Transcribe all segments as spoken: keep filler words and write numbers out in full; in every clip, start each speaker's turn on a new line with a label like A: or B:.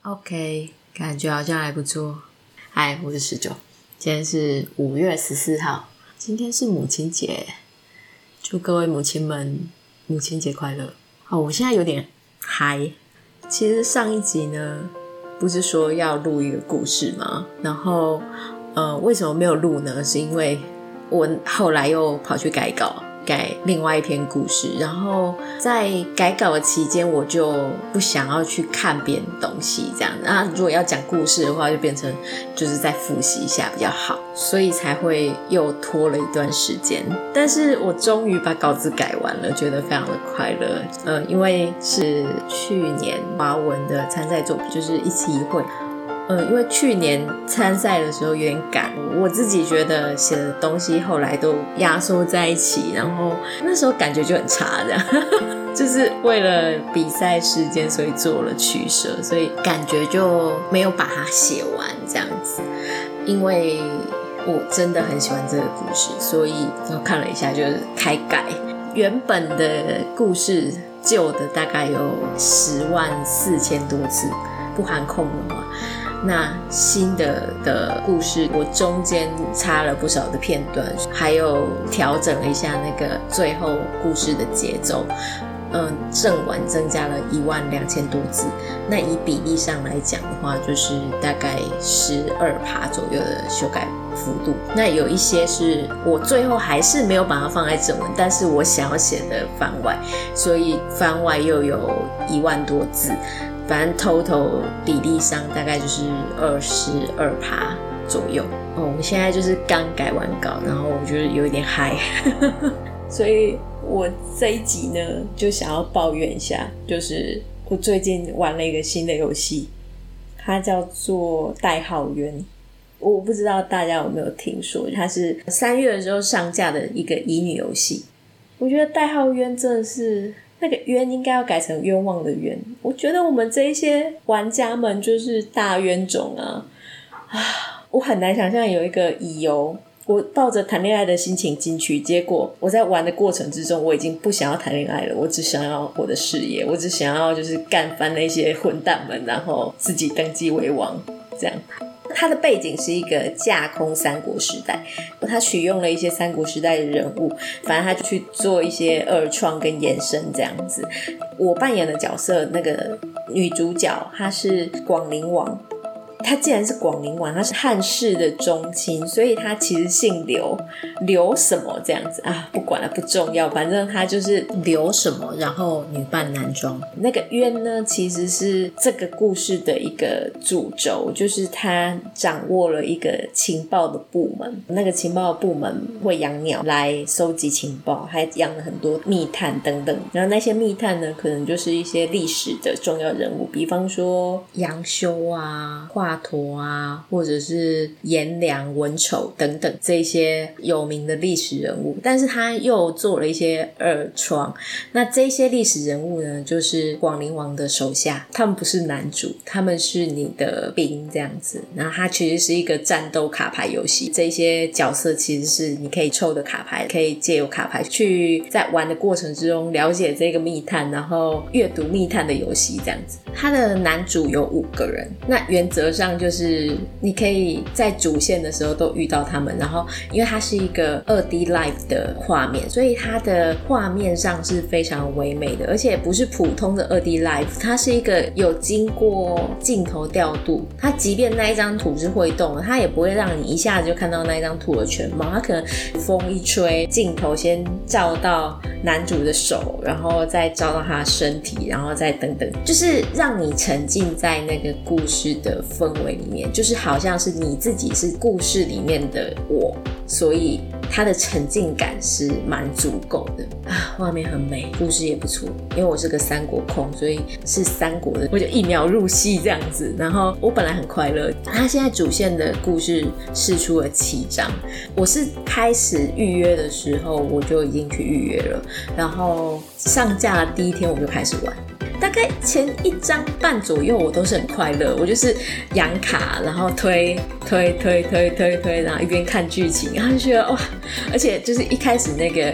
A: OK， 感觉好像还不错。嗨，我是十九，今天是五月十四号，今天是母亲节，祝各位母亲们母亲节快乐。哦，我现在有点嗨。其实上一集呢，不是说要录一个故事吗？然后，呃，为什么没有录呢？是因为我后来又跑去改稿。改另外一篇故事，然后在改稿的期间我就不想要去看别人东西这样，那如果要讲故事的话就变成就是再复习一下比较好，所以才会又拖了一段时间。但是我终于把稿子改完了，觉得非常的快乐。呃，因为是去年华文的参赛作品，就是一期一会。嗯，因为去年参赛的时候有点赶，我自己觉得写的东西后来都压缩在一起，然后那时候感觉就很差这样就是为了比赛时间所以做了取舍，所以感觉就没有把它写完这样子。因为我真的很喜欢这个故事，所以我看了一下就是开改，原本的故事旧的大概有十万四千多字，不含空的话。那新的的故事我中间插了不少的片段，还有调整了一下那个最后故事的节奏，嗯，正文增加了一万两千多字。那以比例上来讲的话，就是大概 百分之十二 左右的修改幅度。那有一些是我最后还是没有把它放在正文，但是我想要写的番外，所以番外又有一万多字。反正 total 比例上大概就是百分之二十二 左右。哦，我现在就是刚改完稿，然后我觉得有一点嗨所以我这一集呢就想要抱怨一下，就是我最近玩了一个新的游戏，它叫做代号冤。我不知道大家有没有听说，它是三月的时候上架的一个乙女游戏。我觉得代号冤真的是那个冤应该要改成冤枉的冤，我觉得我们这一些玩家们就是大冤种啊！啊，我很难想象有一个乙游，我抱着谈恋爱的心情进去，结果我在玩的过程之中，我已经不想要谈恋爱了，我只想要我的事业，我只想要就是干翻那些混蛋们，然后自己登基为王，这样。它的背景是一个架空三国时代，他取用了一些三国时代的人物，反正他就去做一些二创跟延伸这样子。我扮演的角色那个女主角，她是广陵王，她既然是广陵王，她是汉室的宗亲，所以她其实姓刘，刘什么这样子啊？不管了，不重要，反正她就是刘什么，然后女扮男装。那个冤呢，其实是这个故事的一个主轴，就是她掌握了一个情报的部门，那个情报的部门会养鸟来收集情报，还养了很多密探等等。然后那些密探呢，可能就是一些历史的重要人物，比方说杨修啊、华佗啊，或者是颜良、文丑等等这些有名的历史人物，但是他又做了一些二创。那这些历史人物呢，就是广陵王的手下，他们不是男主，他们是你的兵这样子。然后它其实是一个战斗卡牌游戏，这些角色其实是你可以抽的卡牌，可以借由卡牌去在玩的过程之中了解这个密探，然后阅读密探的游戏这样子。他的男主有五个人，那原则上就是你可以在主线的时候都遇到他们，然后因为它是一个 二 D Live 的画面，所以它的画面上是非常唯美的，而且不是普通的 二 D Live， 它是一个有经过镜头调度，它即便那一张图是会动的，它也不会让你一下子就看到那一张图的全貌，它可能风一吹，镜头先照到男主的手，然后再照到他的身体，然后再等等，就是让你沉浸在那个故事的氛围里面，就是好像是你自己是故事里面的我，所以它的沉浸感是蛮足够的啊，画面很美，故事也不错。因为我是个三国控，所以是三国的，我就一秒入戏这样子。然后我本来很快乐，它现在主线的故事释出了七章，我是开始预约的时候我就已经去预约了，然后上架的第一天我就开始玩。大概前一章半左右我都是很快乐，我就是养卡，然后推推推推推推，然后一边看剧情，然后就觉得哇，而且就是一开始那个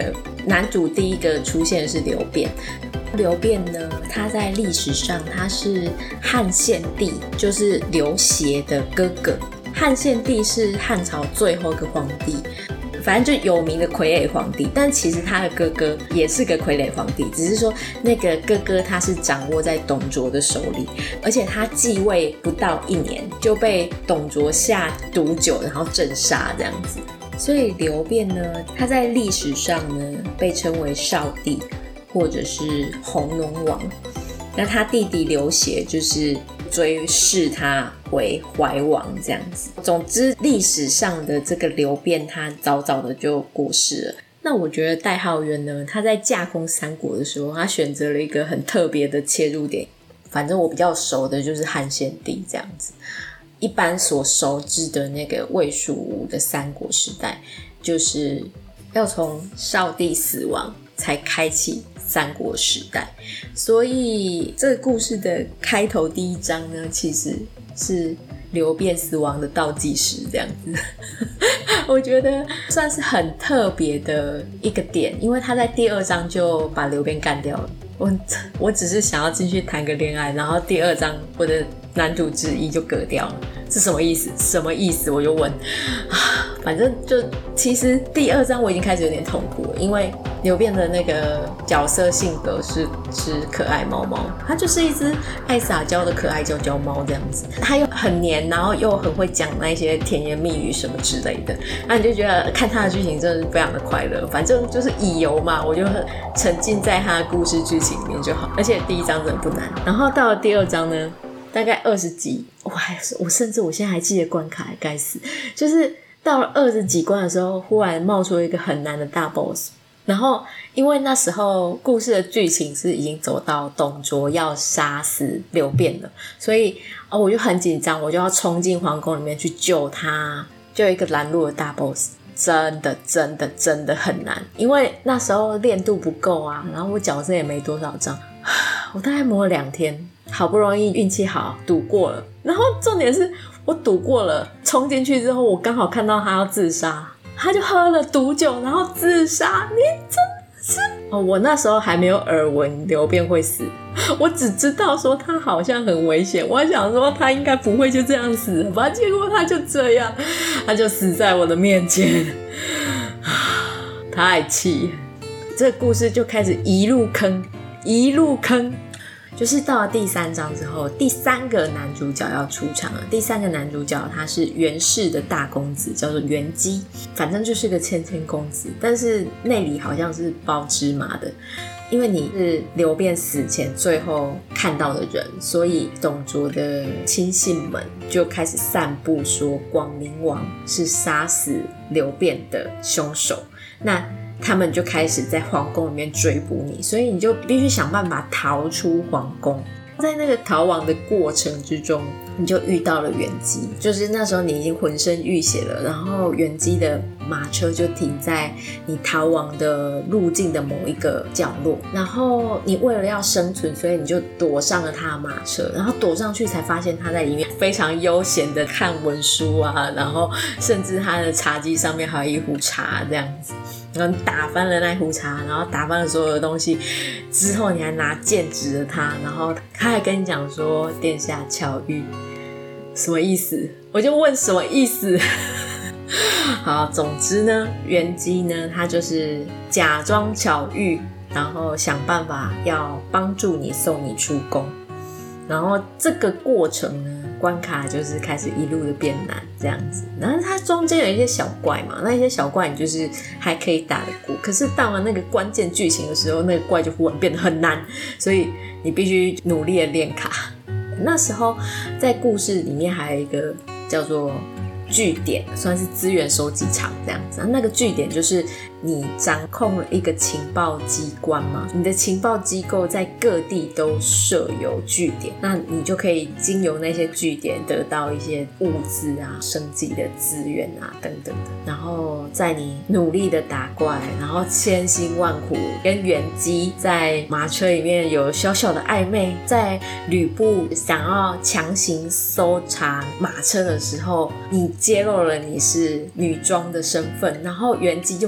B: 男主第一个出现的是刘辩。刘辩呢，他在历史上他是汉献帝，就是刘协的哥哥。汉献帝是汉朝最后一个皇帝，反正就有名的傀儡皇帝，但其实他的哥哥也是个傀儡皇帝，只是说那个哥哥他是掌握在董卓的手里，而且他继位不到一年就被董卓下毒酒，然后镇杀这样子。所以刘辩呢，他在历史上呢被称为少帝或者是弘农王，那他弟弟刘协就是追谥他为怀王这样子。总之历史上的这个刘辩他早早的就过世了。那我觉得戴浩渊呢，他在架空三国的时候，他选择了一个很特别的切入点。反正我比较熟的就是汉献帝这样子，一般所熟知的那个魏蜀吴的三国时代，就是要从少帝死亡才开启三国时代。所以这个故事的开头第一章呢，其实是刘辩死亡的倒计时这样子我觉得算是很特别的一个点，因为他在第二章就把刘辩干掉了。我我只是想要进去谈个恋爱，然后第二章我的男主之一就割掉了，是什么意思？什么意思？我就问反正就其实第二章我已经开始有点痛苦了，因为刘辩的那个角色性格是是可爱猫猫，它就是一只爱撒娇的可爱娇娇猫这样子，它又很黏，然后又很会讲那些甜言蜜语什么之类的，那你就觉得看它的剧情真的是非常的快乐，反正就是以游嘛，我就很沉浸在它的故事剧情里面就好，而且第一章真的不难。然后到了第二章呢，大概二十集，我还我甚至我现在还记得关卡，该死，就是到了二十几关的时候，忽然冒出一个很难的大 boss。然后因为那时候故事的剧情是已经走到董卓要杀死刘辩了，所以、哦、我就很紧张，我就要冲进皇宫里面去救他，就有一个拦路的大 boss。真的真的真的很难，因为那时候练度不够啊，然后我角色也没多少张，我大概磨了两天，好不容易运气好赌过了。然后重点是我赌过了，冲进去之后我刚好看到他要自杀，他就喝了毒酒然后自杀。你真的是、哦、我那时候还没有耳闻刘辩会死，我只知道说他好像很危险，我还想说他应该不会就这样死了吧，结果他就这样，他就死在我的面前，太气。这个故事就开始一路坑一路坑，就是到了第三章之后，第三个男主角要出场了。第三个男主角他是袁氏的大公子，叫做袁基，反正就是个谦谦公子，但是内里好像是包芝麻的。因为你是刘辩死前最后看到的人，所以董卓的亲信们就开始散布说广陵王是杀死刘辩的凶手，那他们就开始在皇宫里面追捕你，所以你就必须想办法逃出皇宫。在那个逃亡的过程之中，你就遇到了袁基，就是那时候你已经浑身浴血了，然后袁基的马车就停在你逃亡的路径的某一个角落，然后你为了要生存，所以你就躲上了他的马车，然后躲上去才发现他在里面非常悠闲的看文书啊，然后甚至他的茶几上面还有一壶茶这样子，然后你打翻了那壶茶，然后打翻了所有的东西之后，你还拿剑指着他，然后他还跟你讲说殿下巧遇，什么意思？我就问什么意思好，总之呢，袁基呢他就是假装巧遇，然后想办法要帮助你送你出宫，然后这个过程呢关卡就是开始一路的变难这样子，然后它中间有一些小怪嘛，那一些小怪你就是还可以打得过，可是到了那个关键剧情的时候，那个怪就忽然变得很难，所以你必须努力的练卡。那时候在故事里面还有一个叫做据点，算是资源收集场这样子，那个据点就是你掌控了一个情报机关嘛，你的情报机构在各地都设有据点，那你就可以经由那些据点得到一些物资啊、生计的资源啊等等的，然后在你努力的打怪，然后千辛万苦跟袁基在马车里面有小小的暧昧，在吕布想要强行搜查马车的时候，你揭露了你是女装的身份，然后袁基就帮了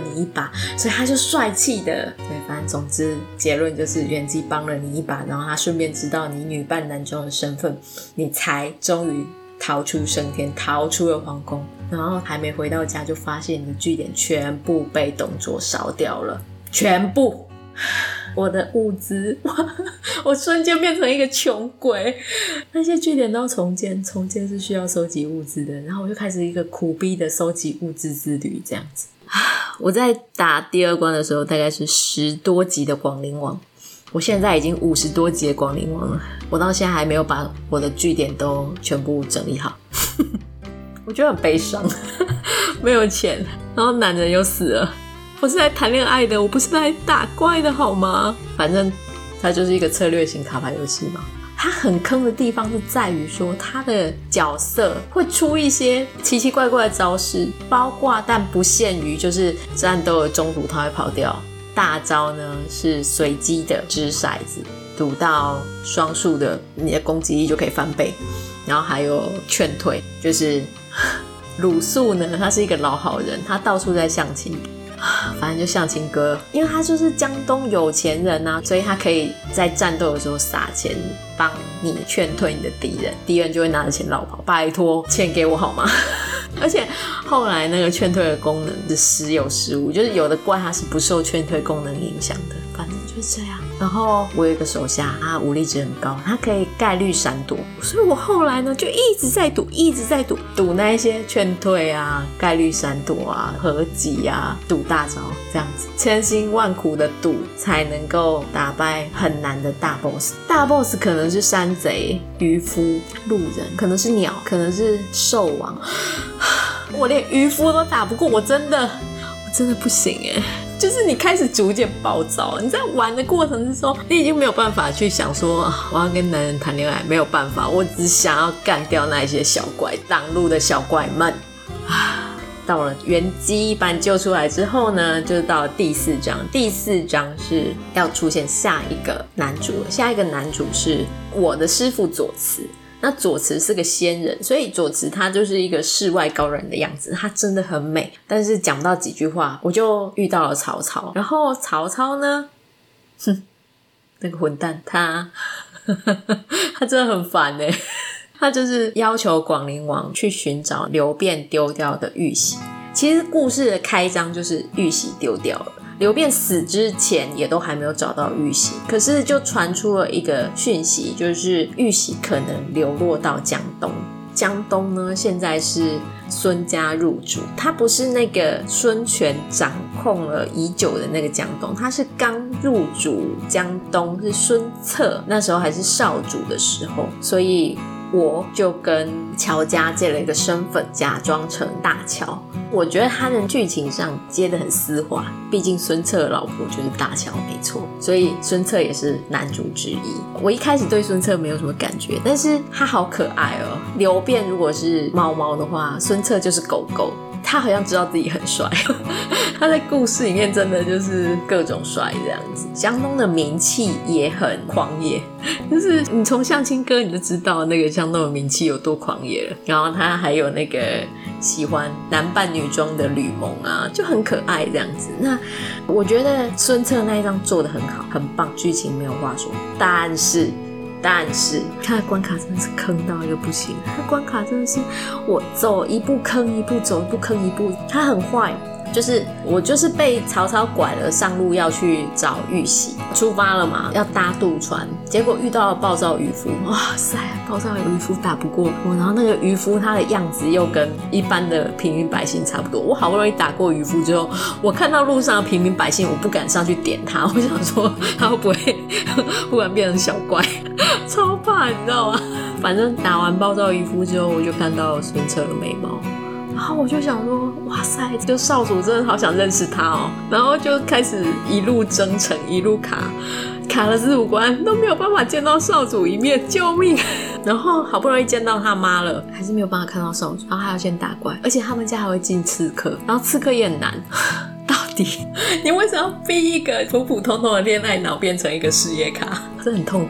B: 你一把，所以他就帅气的，对，反正总之结论就是元姬帮了你一把，然后他顺便知道你女扮男装的身份，你才终于逃出升天，逃出了皇宫，然后还没回到家就发现你的据点全部被董卓烧掉了，全部。我的物资，我瞬间变成一个穷鬼，那些据点都要重建，重建是需要收集物资的，然后我就开始一个苦逼的收集物资之旅这样子。我在打第二关的时候大概是十多级的广陵王，我现在已经五十多级的广陵王了，我到现在还没有把我的据点都全部整理好我觉得很悲伤没有钱，然后男人又死了，我是来谈恋爱的，我不是来打怪的好吗？反正它就是一个策略型卡牌游戏嘛。它很坑的地方是在于说它的角色会出一些奇奇怪怪的招式，包括但不限于就是战斗的中途它会跑掉，大招呢是随机的掷骰子，赌到双数的你的攻击力就可以翻倍，然后还有劝退，就是鲁肃呢他是一个老好人，他到处在相亲，反正就相亲哥，因为他就是江东有钱人啊，所以他可以在战斗的时候撒钱帮你劝退你的敌人，敌人就会拿着钱绕跑，拜托钱给我好吗而且后来那个劝退的功能是时有时无，就是有的怪它是不受劝退功能影响的，反正就是这样。然后我有一个手下，他武力值很高，他可以概率闪躲，所以我后来呢就一直在赌一直在赌赌那一些劝退啊，概率闪躲啊，合击啊，赌大招，这样子千辛万苦的赌才能够打败很难的大 boss。 大 boss 可能是山贼、渔夫、路人，可能是鸟，可能是兽王我连渔夫都打不过，我真的我真的不行耶。就是你开始逐渐暴躁，你在玩的过程之中你已经没有办法去想说我要跟男人谈恋爱，没有办法，我只想要干掉那些小怪，挡路的小怪们。到了元姬把你救出来之后呢，就到了第四章。第四章是要出现下一个男主，下一个男主是我的师父左慈。那左慈是个仙人，所以左慈他就是一个世外高人的样子，他真的很美，但是讲不到几句话我就遇到了曹操。然后曹操呢，哼，那个混蛋他他真的很烦耶，他就是要求广陵王去寻找刘辩丢掉的玉玺。其实故事的开章就是玉玺丢掉了，刘辩死之前也都还没有找到玉玺，可是就传出了一个讯息，就是玉玺可能流落到江东。江东呢现在是孙家入主，他不是那个孙权掌控了已久的那个江东，他是刚入主江东，是孙策那时候还是少主的时候，所以我就跟乔家借了一个身份，假装成大乔。我觉得他的剧情上接得很丝滑，毕竟孙策的老婆就是大乔没错，所以孙策也是男主之一。我一开始对孙策没有什么感觉，但是他好可爱哦。刘辩如果是猫猫的话，孙策就是狗狗，他好像知道自己很帅他在故事里面真的就是各种帅这样子。江东的名气也很狂野，就是你从相亲哥你就知道那个江东的名气有多狂野了。然后他还有那个喜欢男扮女装的吕蒙啊，就很可爱这样子。那我觉得孙策那一张做得很好，很棒，剧情没有话说。但是但是他的关卡真的是坑到一个不行，他的关卡真的是我走一步坑一步，走一步坑一步。他很坏，就是我就是被曹操拐了上路要去找玉玺，出发了嘛，要搭渡船，结果遇到了暴躁渔夫。哇塞，暴躁渔夫打不过我，然后那个渔夫他的样子又跟一般的平民百姓差不多。我好不容易打过渔夫之后，我看到路上的平民百姓，我不敢上去点他，我想说他会不会忽然变成小怪，超怕你知道吗？反正打完暴躁渔夫之后，我就看到孙策的眉毛，然后我就想说哇塞，这个少主真的好想认识他哦。然后就开始一路征程，一路卡卡了十五关都没有办法见到少主一面，救命然后好不容易见到他妈了，还是没有办法看到少主，然后还要先打怪，而且他们家还会进刺客，然后刺客也很难到底你为什么要逼一个普普通通的恋爱脑变成一个事业卡？这很痛苦耶。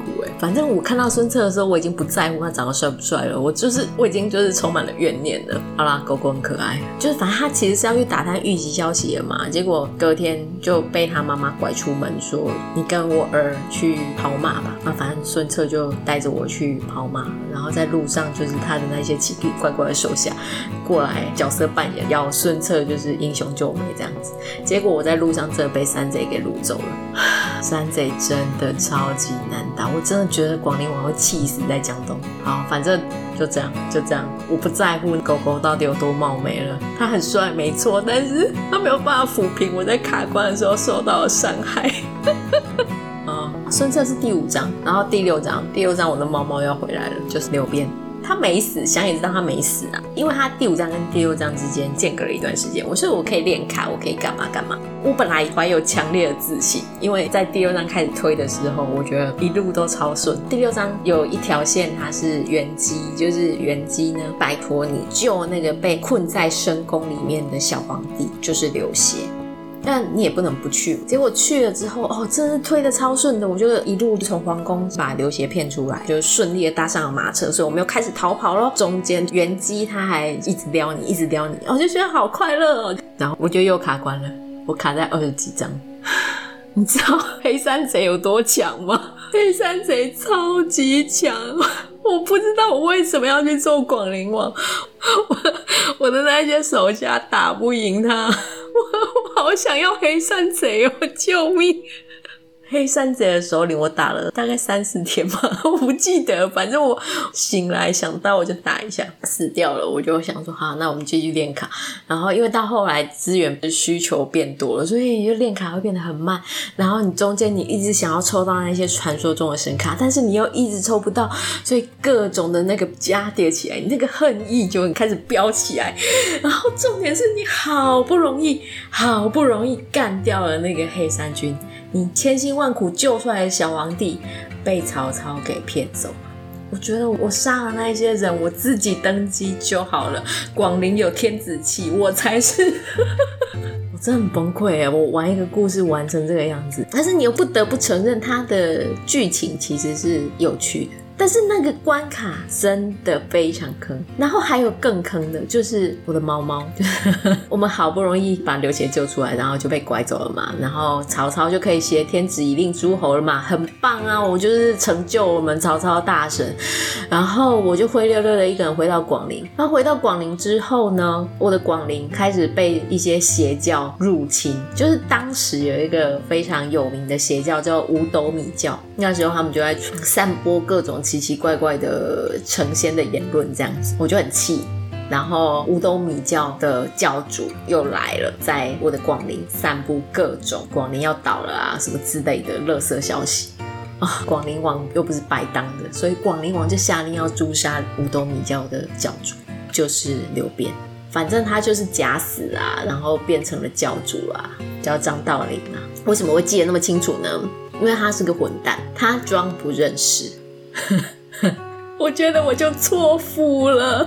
A: 反正我看到孙策的时候，我已经不在乎他长得帅不帅了，我就是我已经就是充满了怨念了。好啦，狗狗很可爱，就是反正他其实是要去打探预习消息的嘛，结果隔天就被他妈妈拐出门说，你跟我儿去跑马吧。啊，反正孙策就带着我去跑马，然后在路上就是他的那些奇奇怪怪的手下过来角色扮演，要孙策就是英雄救美这样子。结果我在路上真的被山贼给掳走了。山贼真的超级难打，我真的觉得广陵王会气死在江东。好，反正就这样就这样，我不在乎狗狗到底有多貌美了，他很帅没错，但是他没有办法抚平我在卡关的时候受到的伤害。啊，孙策是第五章，然后第六章，第六章我的猫猫要回来了，就是刘辩。他没死，想也知道他没死啊，因为他第五章跟第六章之间间隔了一段时间，我所以我可以练卡，我可以干嘛干嘛。我本来怀有强烈的自信，因为在第六章开始推的时候，我觉得一路都超顺。第六章有一条线，它是元姬，就是元姬呢拜托你救那个被困在深宫里面的小皇帝，就是刘协。但你也不能不去，结果去了之后，哦，真是推得超顺的，我就一路从皇宫把刘协骗出来，就顺利的搭上了马车，所以我们又开始逃跑咯。中间元姬他还一直撩你，一直撩你，我就觉得好快乐哦。然后我就又卡关了，我卡在二十几章。你知道黑山贼有多强吗？黑山贼超级强，我不知道我为什么要去做广陵王，我, 我的那些手下打不赢他，我, 我好想要黑山贼哦，救命！黑山贼的首领我打了大概三四天吧，我不记得，反正我醒来想到我就打一下，死掉了，我就想说好，那我们继续练卡。然后因为到后来资源需求变多了，所以你就练卡会变得很慢，然后你中间你一直想要抽到那些传说中的神卡，但是你又一直抽不到，所以各种的那个加叠起来，你那个恨意就开始飙起来。然后重点是你好不容易好不容易干掉了那个黑山军，你千辛万苦救出来的小皇帝被曹操给骗走了。我觉得我杀了那些人，我自己登基就好了。广陵有天子气，我才是我真的很崩溃耶，我玩一个故事玩成这个样子，但是你又不得不承认它的剧情其实是有趣的，但是那个关卡真的非常坑。然后还有更坑的，就是我的猫猫我们好不容易把刘协救出来，然后就被拐走了嘛，然后曹操就可以挟天子以令诸侯了嘛，很棒啊，我就是成就我们曹操大神。然后我就灰溜溜的一个人回到广陵，然后回到广陵之后呢，我的广陵开始被一些邪教入侵，就是当时有一个非常有名的邪教叫五斗米教，那时候他们就在散播各种奇奇怪怪的成仙的言论这样子，我就很气。然后五斗米教的教主又来了，在我的广陵散布各种广陵要倒了啊什么之类的垃圾消息啊。广陵王又不是白当的，所以广陵王就下令要诛杀五斗米教的教主，就是刘辩。反正他就是假死啊，然后变成了教主啊，叫张道陵啊。为什么会记得那么清楚呢？因为他是个混蛋，他装不认识我觉得我就错付了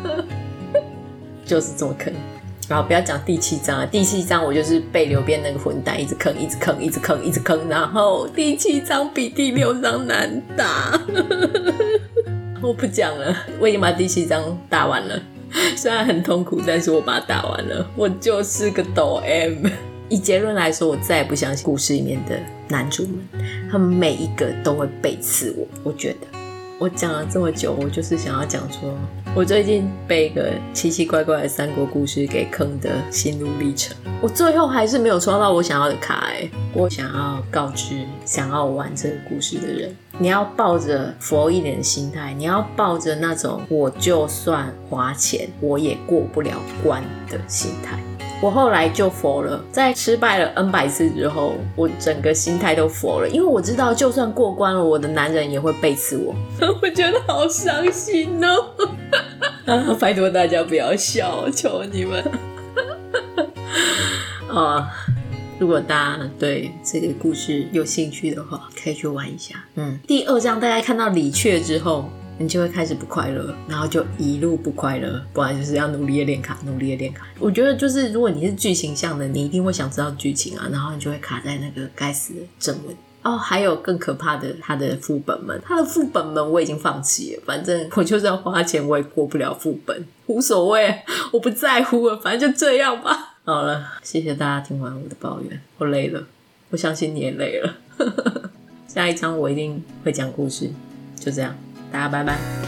A: 就是这么坑。然后不要讲第七章啊，第七章我就是被刘辩那个混蛋一直坑一直坑一直坑一直坑，然后第七章比第六章难打我不讲了，我已经把第七章打完了，虽然很痛苦，但是我把它打完了。我就是个抖 M。 以结论来说，我再也不相信故事里面的男主们，他们每一个都会背刺我。我觉得我讲了这么久，我就是想要讲说我最近被一个奇奇怪怪的三国故事给坑的心路历程。我最后还是没有抽到我想要的卡耶。我想要告知想要玩这个故事的人，你要抱着佛一点的心态，你要抱着那种我就算花钱我也过不了关的心态。我后来就佛了，在失败了 N 百次之后，我整个心态都佛了，因为我知道就算过关了，我的男人也会背刺我我觉得好伤心哦啊，拜托大家不要笑，求你们啊！如果大家对这个故事有兴趣的话，可以去玩一下。嗯，第二章大家看到李榷之后，你就会开始不快乐，然后就一路不快乐，不然就是要努力的练卡，努力的练卡。我觉得就是，如果你是剧情向的，你一定会想知道剧情啊，然后你就会卡在那个该死的正文哦，还有更可怕的，他的副本们，他的副本们我已经放弃了，反正我就算花钱我也过不了副本，无所谓，我不在乎了，反正就这样吧。好了，谢谢大家听完我的抱怨，我累了，我相信你也累了。下一章我一定会讲故事，就这样，大家拜拜。